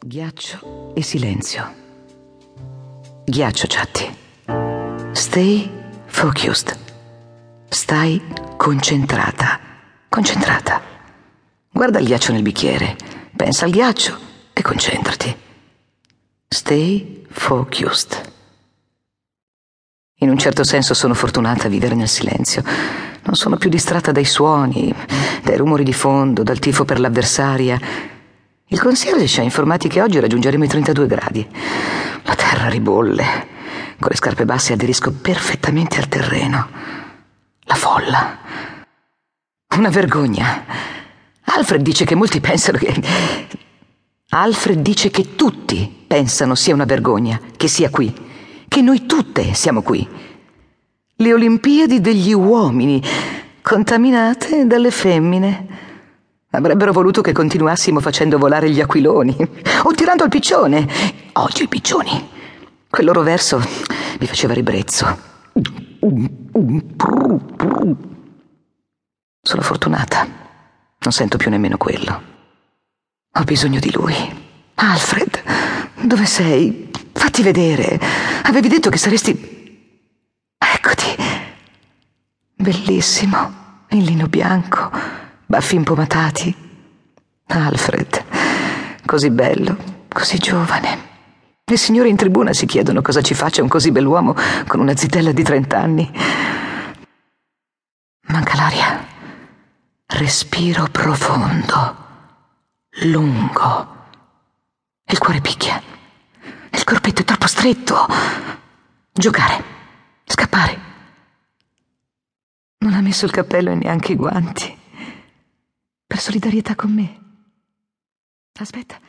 Ghiaccio e silenzio. Ghiaccio, Chatti. Stay focused. Stai concentrata. Concentrata. Guarda il ghiaccio nel bicchiere. Pensa al ghiaccio e concentrati. Stay focused. In un certo senso sono fortunata a vivere nel silenzio. Non sono più distratta dai suoni, dai rumori di fondo, dal tifo per l'avversaria. Il concierge ci ha informati che oggi raggiungeremo i 32 gradi. La terra ribolle. Con le scarpe basse aderisco perfettamente al terreno. La folla. Una vergogna. Alfred dice che molti pensano che... Alfred dice che tutti pensano sia una vergogna che sia qui. Che noi tutte siamo qui. Le Olimpiadi degli uomini, contaminate dalle femmine. Avrebbero voluto che continuassimo facendo volare gli aquiloni o tirando il piccione. Odio i piccioni. Quel loro verso mi faceva ribrezzo. Sono fortunata. Non sento più nemmeno quello. Ho bisogno di lui. Alfred, dove sei? Fatti vedere. Avevi detto che saresti... Eccoti. Bellissimo. In lino bianco. Baffi impomatati. Alfred, così bello, così giovane. Le signore in tribuna si chiedono cosa ci faccia un così bell'uomo con una zitella di 30 anni. Manca l'aria. Respiro profondo, lungo. Il cuore picchia. Il corpetto è troppo stretto. Giocare, scappare. Non ha messo il cappello e neanche i guanti. Per solidarietà con me. Aspetta.